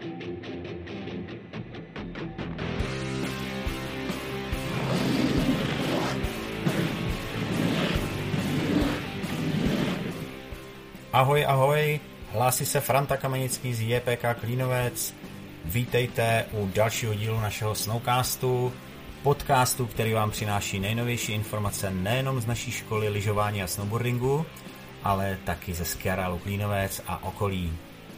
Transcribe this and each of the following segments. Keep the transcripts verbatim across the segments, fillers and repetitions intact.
Ahoj, ahoj, hlásí se Franta Kamenický z J P K Klínovec. Vítejte u dalšího dílu našeho Snowcastu, podcastu, který vám přináší nejnovější informace nejenom z naší školy lyžování a snowboardingu, ale taky ze skiareálu Klínovec a okolí.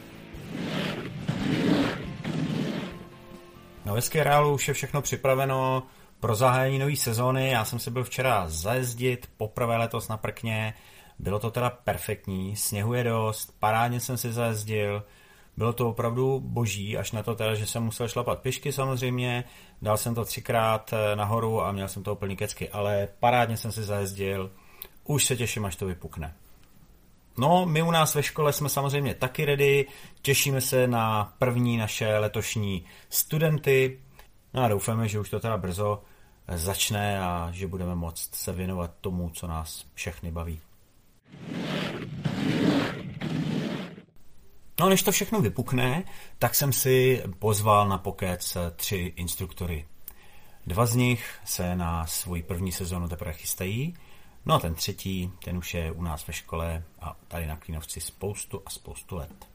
No, ve skiareálu už je všechno připraveno pro zahájení nové sezóny. Já jsem se byl včera zajezdit, poprvé letos na prkně. Bylo to teda perfektní, sněhu je dost, parádně jsem si zajezdil, bylo to opravdu boží, až na to teda, že jsem musel šlapat pěšky samozřejmě, dal jsem to třikrát nahoru a měl jsem toho plný kecky, ale parádně jsem si zajezdil, už se těším, až to vypukne. No, my u nás ve škole jsme samozřejmě taky ready, těšíme se na první naše letošní studenty, no a doufáme, že už to teda brzo začne a že budeme moct se věnovat tomu, co nás všechny baví. No, než to všechno vypukne, tak jsem si pozval na pokec tři instruktory. Dva z nich se na svou první sezonu teprve chystají, no a ten třetí, ten už je u nás ve škole a tady na Klínovci spoustu a spoustu let.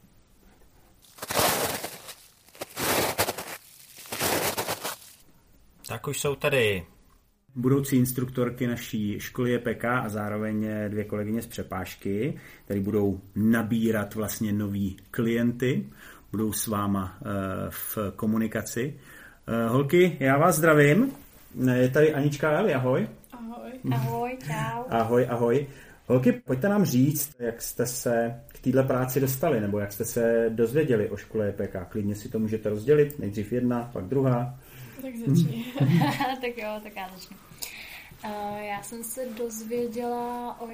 Tak už jsou tady budoucí instruktorky naší školy J P K a zároveň dvě kolegyně z přepážky, které budou nabírat vlastně nový klienty, budou s váma v komunikaci. Holky, já vás zdravím. Je tady Anička a Eli, ahoj. Ahoj. Ahoj, čau. Ahoj, ahoj. Holky, pojďte nám říct, jak jste se k této práci dostali, nebo jak jste se dozvěděli o škole J P K. Klidně si to můžete rozdělit, nejdřív jedna, pak druhá. Tak začni. Tak jo, tak já začnu. Uh, já jsem se dozvěděla o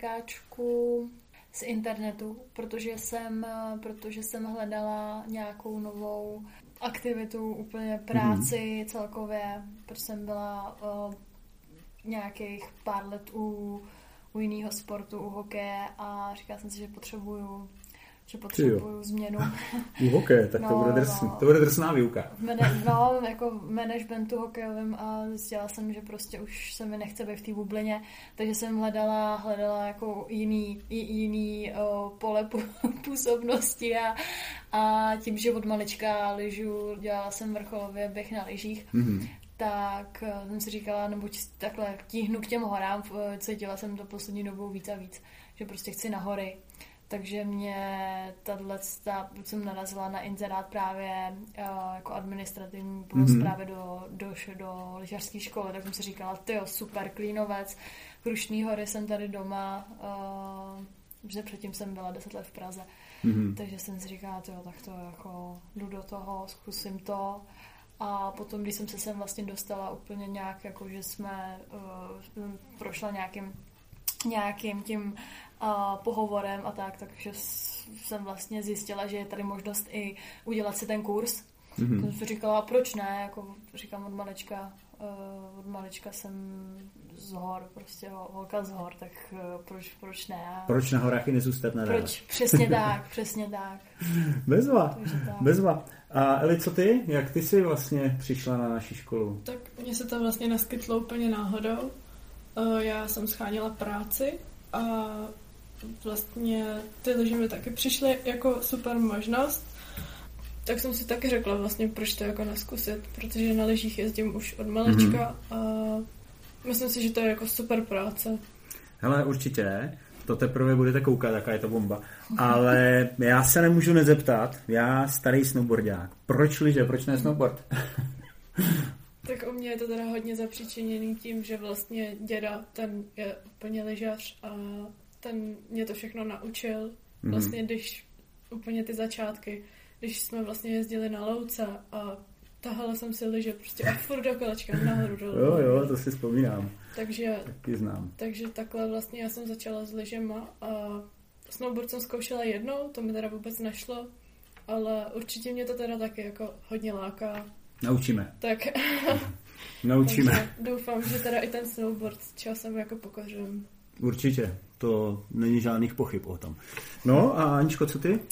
JPKčku z internetu, protože jsem, protože jsem hledala nějakou novou aktivitu, úplně práci mm-hmm. celkově, protože jsem byla uh, nějakých pár let u, u jiného sportu, u hokeje a říkala jsem si, že potřebuju že potřebuju změnu. U hokeje, tak no, to, bude drsn, no. to bude drsná výuka. Mene, no, jako managementu hokejovým a zjistila jsem, že prostě už se mi nechce být v té bublině, takže jsem hledala, hledala jako jiný, jiný o, pole působnosti a, a tím, že od malička lyžu, dělala jsem vrcholově běh na lyžích, mm-hmm. tak jsem si říkala, nebo takhle tíhnu k těm horám, cítila jsem to poslední dobou víc a víc, že prostě chci na hory. Takže mě tato, jsem narazila na inzerát právě uh, jako administrativní pomoc mm-hmm. právě do, do, do lyžařské školy, tak jsem si říkala, tyjo, super, Klínovec, Krušný hory, jsem tady doma, uh, že předtím jsem byla deset let v Praze, mm-hmm. takže jsem si říkala, tyjo, tak to jako jdu do toho, zkusím to. A potom, když jsem se sem vlastně dostala úplně nějak, jako že jsme uh, prošla nějakým nějakým tím uh, pohovorem a tak, takže jsem vlastně zjistila, že je tady možnost i udělat si ten kurz. Mm-hmm. Jsem si říkala, proč ne, jako říkám od malička, uh, od malička jsem z hor, prostě holka z hor, tak uh, proč, proč ne. Proč na horách i nezůstat nadále? Proč, přesně tak, přesně tak. Bezva, bezva. A Eli, co ty? Jak ty jsi vlastně přišla na naši školu? Tak mně se to vlastně naskytlo úplně náhodou. Já jsem scháněla práci a vlastně ty lyže mi taky přišly jako super možnost. Tak jsem si taky řekla vlastně, proč to jako neskusit, protože na lyžích jezdím už od malička a myslím si, že to je jako super práce. Hele, určitě, to teprve budete koukat, jaká je to bomba. Ale já se nemůžu nezeptat, já starý snowboardák, proč lyže, proč ne snowboard? Tak u mě je to teda hodně zapříčiněný tím, že vlastně děda, ten je úplně lyžař a ten mě to všechno naučil. Vlastně když úplně ty začátky, když jsme vlastně jezdili na louce a tahala jsem si lyže prostě a furt do kolečka, nahoru dolů. Jo, jo, to si vzpomínám. Takže, taky znám. Takže takhle vlastně já jsem začala s lyžema a snowboard jsem zkoušela jednou, to mi teda vůbec nešlo, ale určitě mě to teda taky jako hodně láká. Naučíme. Tak. Naučíme. Takže doufám, že teda i ten snowboard časem jako pokořím. Určitě. To není žádných pochyb o tom. No a Aničko, co ty?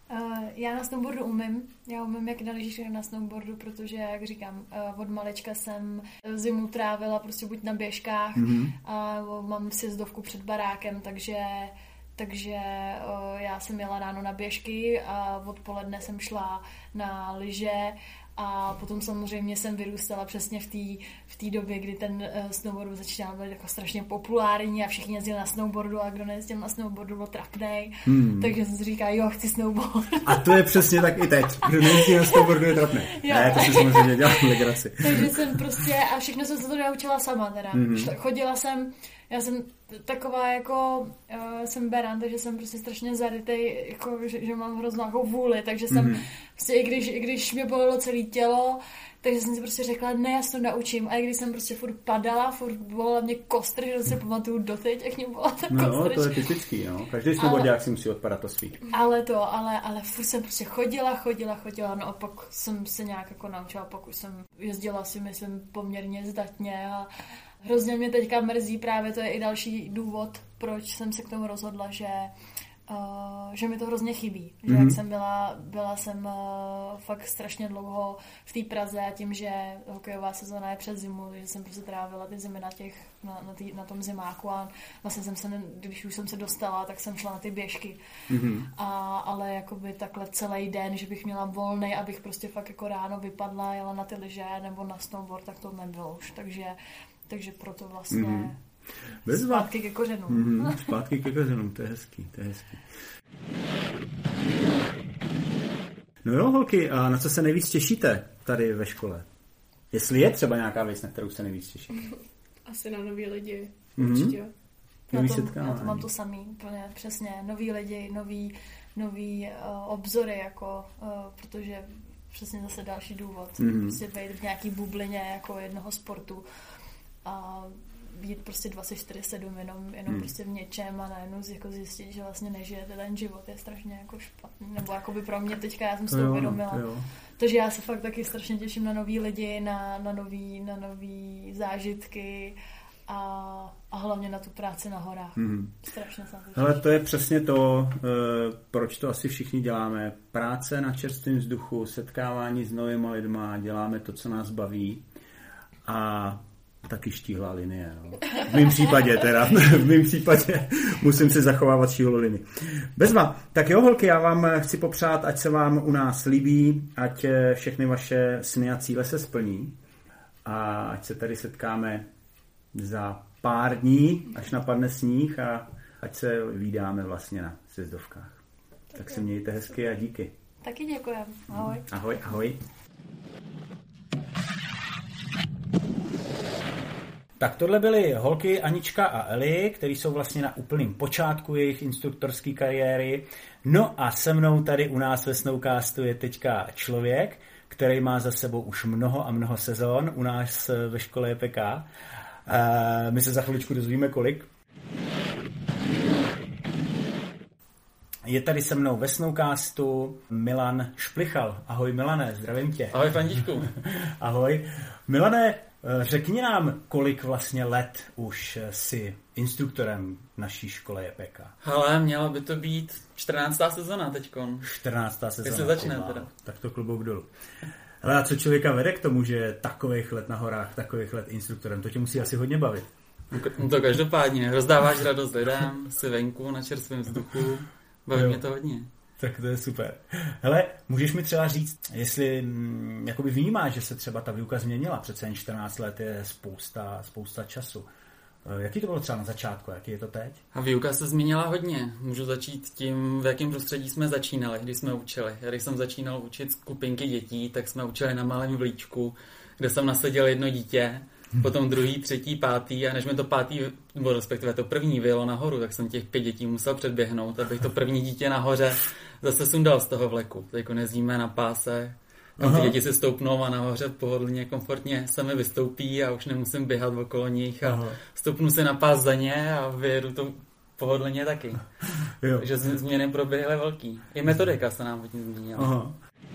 Uh, já na snowboardu umím. Já umím jak na lyžích, na snowboardu, protože, jak říkám, uh, od malička jsem zimu trávila prostě buď na běžkách mm-hmm. a mám sjezdovku před barákem, takže takže uh, já jsem jela ráno na běžky a odpoledne jsem šla na lyže a potom samozřejmě jsem vyrůstala přesně v té v té době, kdy ten uh, snowboard začínal být jako strašně populární a všichni jezdili na snowboardu a kdo nejezdil na snowboardu byl trapnej, hmm. takže jsem si říkala, jo, chci snowboard. A to je přesně tak i teď, kdo nejezdí na snowboardu je trapnej. Ne, to si samozřejmě dělám legraci. Takže jsem prostě, a všechno jsem se to naučila sama teda. Hmm. Chodila jsem, já jsem taková jako, uh, jsem beran, takže jsem prostě strašně zarytej, jako, že, že mám hroznou jako vůli, takže jsem mm. prostě, i když, i když mě bolelo celé tělo, takže jsem si prostě řekla, ne, já se to naučím. A i když jsem prostě furt padala, furt bolela mě kostry, že se pamatuju doteď, jak mě bolela ta no, kostrč. No, to je typický, no. Každý snowboardák si musí odpadat to svý. Ale to, ale, ale furt jsem prostě chodila, chodila, chodila, no a pak jsem se nějak jako naučila, pak už jsem jezdila si, myslím, poměrně zdatně a hrozně mě teďka mrzí, právě to je i další důvod, proč jsem se k tomu rozhodla, že, uh, že mi to hrozně chybí. Že mm-hmm. jak jsem byla, byla jsem uh, fakt strašně dlouho v té Praze a tím, že hokejová sezóna je před zimu, že jsem prostě trávila ty zimy na, těch, na, na, tý, na tom zimáku a vlastně jsem se, když už jsem se dostala, tak jsem šla na ty běžky. Mm-hmm. A, ale jakoby takhle celý den, že bych měla volnej, abych prostě fakt jako ráno vypadla, jela na ty lyže nebo na snowboard, tak to nebylo už. Takže Takže proto vlastně mm-hmm. zpátky ke kořenům. Mm-hmm. Zpátky ke kořenům, to je hezký, to je hezký. No jo, holky, a na co se nejvíc těšíte tady ve škole? Jestli je třeba nějaká věc, na kterou se nejvíc těšíte? Asi na nový lidi, mm-hmm. určitě. Nový já, to, setkávání. Já to mám to samý, úplně přesně. Noví lidi, nový, nový uh, obzory, jako, uh, protože přesně zase další důvod. Mm-hmm. Prostě být v nějaký bublině jako jednoho sportu a být prostě dvacet čtyři sedm jenom, jenom hmm. prostě v něčem a najednou jako zjistit, že vlastně nežijete ten život, je strašně jako špatný. Nebo jako by pro mě teďka, já jsem si to uvědomila. Takže já se fakt taky strašně těším na nový lidi, na, na, nový, na nový zážitky a, a hlavně na tu práci na horách. Hmm. Strašně se těším. Ale to je přesně to, proč to asi všichni děláme. Práce na čerstvém vzduchu, setkávání s novýma lidma, děláme to, co nás baví a taky štíhlá linie. No. V mém případě teda. V mém případě musím si zachovávat štíhlou linii. Bezva. Tak jo, holky, já vám chci popřát, ať se vám u nás líbí, ať všechny vaše sny a cíle se splní a ať se tady setkáme za pár dní, až napadne sníh a ať se vídáme vlastně na sjezdovkách. Tak, tak se mějte hezky a díky. Taky děkujem. Ahoj. Ahoj, ahoj. Tak tohle byly holky Anička a Eli, který jsou vlastně na úplném počátku jejich instruktorské kariéry. No a se mnou tady u nás ve Snowcastu je teďka člověk, který má za sebou už mnoho a mnoho sezon u nás ve škole J P K. My se za chviličku dozvíme kolik. Je tady se mnou ve Snowcastu Milan Šplichal. Ahoj Milane, zdravím tě. Ahoj Františku. Ahoj. Milane, řekni nám, kolik vlastně let už jsi instruktorem naší škole J P K. Hele, měla by to být čtrnáctá sezona teďkon. čtrnáctá sezona. Jestli začne teda. Tak to klobouk dolů. Hele, a co člověka vede k tomu, že je takových let na horách, takových let instruktorem? To tě musí asi hodně bavit. No to každopádně. Rozdáváš radost lidem, jsi venku na čerstvém vzduchu. Baví jo. Mě to hodně. Tak to je super. Hele, můžeš mi třeba říct, jestli m, jakoby vnímáš, že se třeba ta výuka změnila, přece jen čtrnáct let je spousta, spousta času. Jaký to bylo třeba na začátku, jaký je to teď? A výuka se změnila hodně. Můžu začít tím, v jakém prostředí jsme začínali, když jsme učili. Já když jsem začínal učit skupinky dětí, tak jsme učili na malém vlíčku, kde jsem nasadil jedno dítě, potom druhý, třetí, pátý a než mi to pátý, nebo respektive to první vyjelo nahoru, tak jsem těch pět dětí musel předběhnout, abych to první dítě nahoře zase sundal z toho vleku. Teď nezdíme na páse, tam ty děti si stoupnou a nahoře pohodlně, komfortně se mi vystoupí a už nemusím běhat okolo nich a Aha. stoupnu si na pás za ně a vyjedu to pohodlně taky. Jo. Takže změny proběhly velký. I metodika se nám hodně změnila. Aha.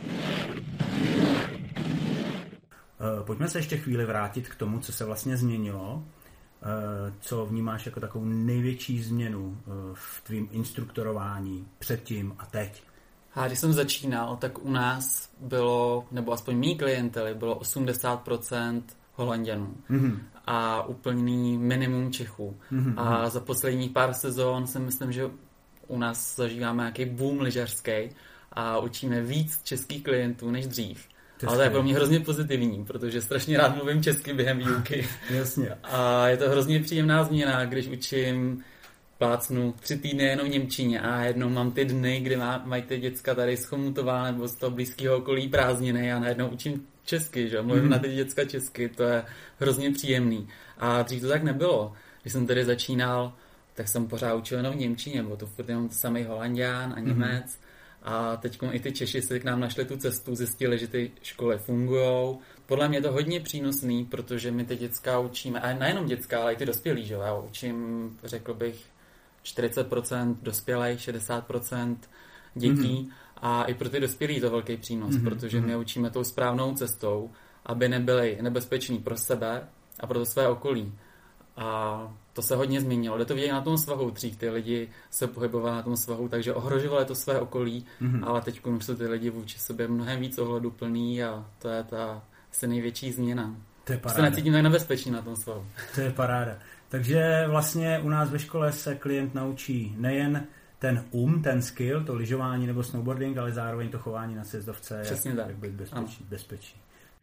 Pojďme se ještě chvíli vrátit k tomu, co se vlastně změnilo. Co vnímáš jako takovou největší změnu v tvým instruktorování předtím a teď? A když jsem začínal, tak u nás bylo, nebo aspoň mý klientely, bylo osmdesát procent Holanďanů mm-hmm. a úplný minimum Čechů. Mm-hmm. A za poslední pár sezón si myslím, že u nás zažíváme nějaký boom lyžařský a učíme víc českých klientů než dřív. To ale to je pro mě hrozně pozitivní, protože strašně rád mluvím česky během výuky. Jasně. A je to hrozně příjemná změna, když učím plácnu tři týdny jenom v němčině a jednou mám ty dny, kdy má, mají ty děcka tady z Chomutova nebo z toho blízkého okolí prázdniny a najednou učím česky, že mluvím mm. na ty děcka česky, to je hrozně příjemný. A dřív to tak nebylo. Když jsem tady začínal, tak jsem pořád učil jenom v němčině, bylo to furt jenom samý Holanďan a Němec. Mm. A teď i ty Češi si k nám našli tu cestu, zjistili, že ty školy fungujou. Podle mě je to hodně přínosný, protože my ty děcka učíme, a nejenom děcka, ale i ty dospělí, že já učím, řekl bych, čtyřicet procent dospělých, šedesát procent dětí mm-hmm. a i pro ty dospělí je to velký přínos, mm-hmm. protože my učíme tou správnou cestou, aby nebyli nebezpeční pro sebe a pro to své okolí. A to se hodně změnilo. Jde to vidět na tom svahu. Dřív ty lidi se pohybovali na tom svahu, takže ohrožovali to své okolí, mm-hmm. ale teď už jsou ty lidi vůči sobě mnohem víc ohleduplný a to je ta asi největší změna. To je paráda. Se necítím tak nebezpečný na tom svahu. To je paráda. Takže vlastně u nás ve škole se klient naučí nejen ten um, ten skill, to lyžování nebo snowboarding, ale zároveň to chování na sjezdovce. Přesně jak, tak. Jak být bezpečí, bezpečí.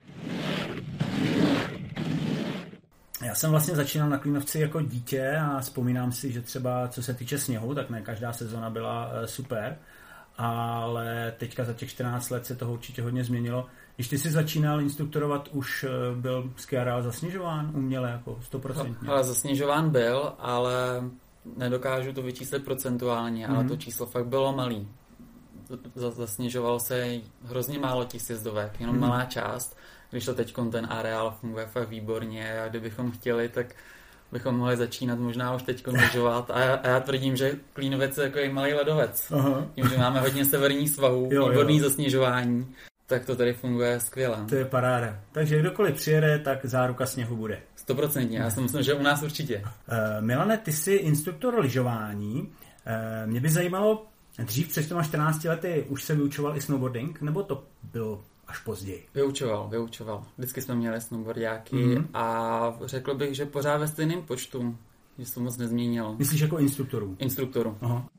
Já jsem vlastně začínal na Klínovci jako dítě a vzpomínám si, že třeba co se týče sněhu, tak ne každá sezona byla super, ale teďka za těch čtrnáct let se toho určitě hodně změnilo. Když ty jsi začínal instruktorovat, už byl skiareál zasněžován uměle jako sto procent? Ale zasněžován byl, ale nedokážu to vyčíslit procentuálně, mm-hmm. ale to číslo fakt bylo malý. Zasněžoval se hrozně málo těch sjezdovek, jenom mm-hmm. malá část. Když to teď ten areál funguje fakt výborně a kdybychom chtěli, tak bychom mohli začínat možná už teď lyžovat. A, a já tvrdím, že Klínovec je jako malý ledovec. Aha. Tím, že máme hodně severní svahu, jo, výborný jo. zasněžování, tak to tady funguje skvěle. To je paráda. Takže kdokoliv přijede, tak záruka sněhu bude. Stoprocentně, já si myslím, že u nás určitě. Uh, Milane, ty jsi instruktor lyžování. Uh, mě by zajímalo, dřív před těma čtrnácti lety už se vyučoval i snowboarding, nebo to bylo až později? Vyučoval, vyučoval. Vždycky jsme měli snowboardiáky mm-hmm. a řekl bych, že pořád ve stejném počtu, že se to moc nezměnilo. Myslíš jako instruktorů? Instruktorů. Aha.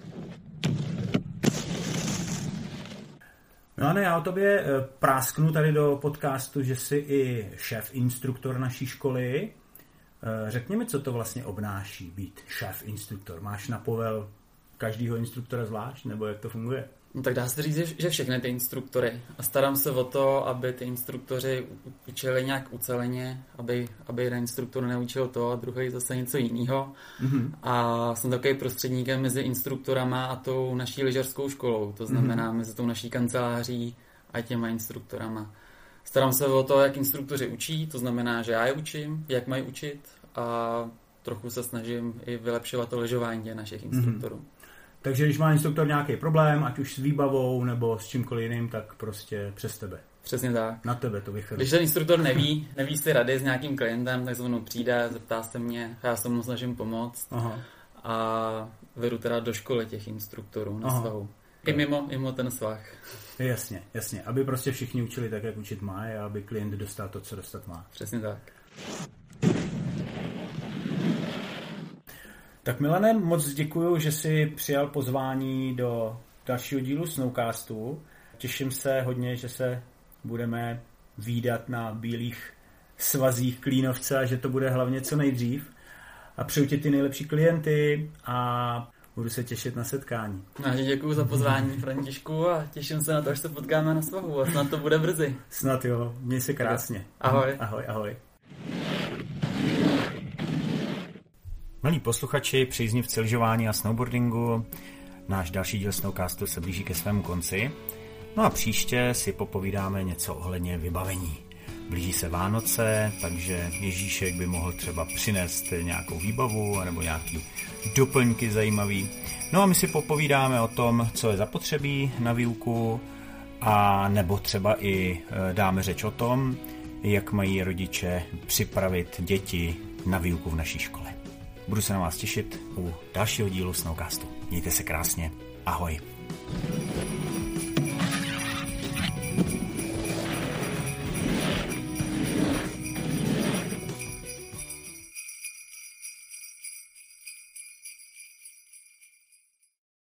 No a ne, já o tobě prásknu tady do podcastu, že jsi i šéf instruktor naší školy. Řekni mi, co to vlastně obnáší být šéf instruktor. Máš na povel každýho instruktora zvlášť, nebo jak to funguje? No tak dá se říct, že všechny ty instruktory. A starám se o to, aby ty instruktoři učili nějak uceleně, aby, aby jeden instruktor neučil to a druhý zase něco jiného. Mm-hmm. A jsem takový prostředníkem mezi instruktorama a tou naší lyžařskou školou. To znamená mm-hmm. mezi tou naší kanceláří a těma instruktorama. Starám se o to, jak instruktoři učí, to znamená, že já je učím, jak mají učit a trochu se snažím i vylepšovat to lyžování těch našich instruktorů. Mm-hmm. Takže když má instruktor nějaký problém, ať už s výbavou nebo s čímkoliv jiným, tak prostě přes tebe. Přesně tak. Na tebe to vychází. Když ten instruktor neví, neví si rady s nějakým klientem, tak se mnou přijde, zeptá se mě, já se mu snažím pomoct. Aha. A vedu teda do školy těch instruktorů na Aha. svahu. I mimo, mimo ten svah. Jasně, jasně. Aby prostě všichni učili tak, jak učit má, a aby klient dostal to, co dostat má. Přesně tak. Tak Milane, moc děkuju, že jsi přijal pozvání do dalšího dílu Snowcastu. Těším se hodně, že se budeme vídat na bílých svazích Klínovce a že to bude hlavně co nejdřív. A přeju ti ty nejlepší klienty a budu se těšit na setkání. No, děkuju za pozvání, Františku, a těším se na to, až se potkáme na svahu a snad to bude brzy. Snad jo, měj se krásně. Ahoj. Ahoj, ahoj. Milí posluchači, příznivci lyžování a snowboardingu, náš další díl Snowcastu se blíží ke svému konci. No a příště si popovídáme něco ohledně vybavení. Blíží se Vánoce, takže Ježíšek by mohl třeba přinést nějakou výbavu nebo nějaký doplňky zajímavý. No a my si popovídáme o tom, co je zapotřebí na výuku, a nebo třeba i dáme řeč o tom, jak mají rodiče připravit děti na výuku v naší škole. Budu se na vás těšit u dalšího dílu Snowcastu. Mějte se krásně. Ahoj.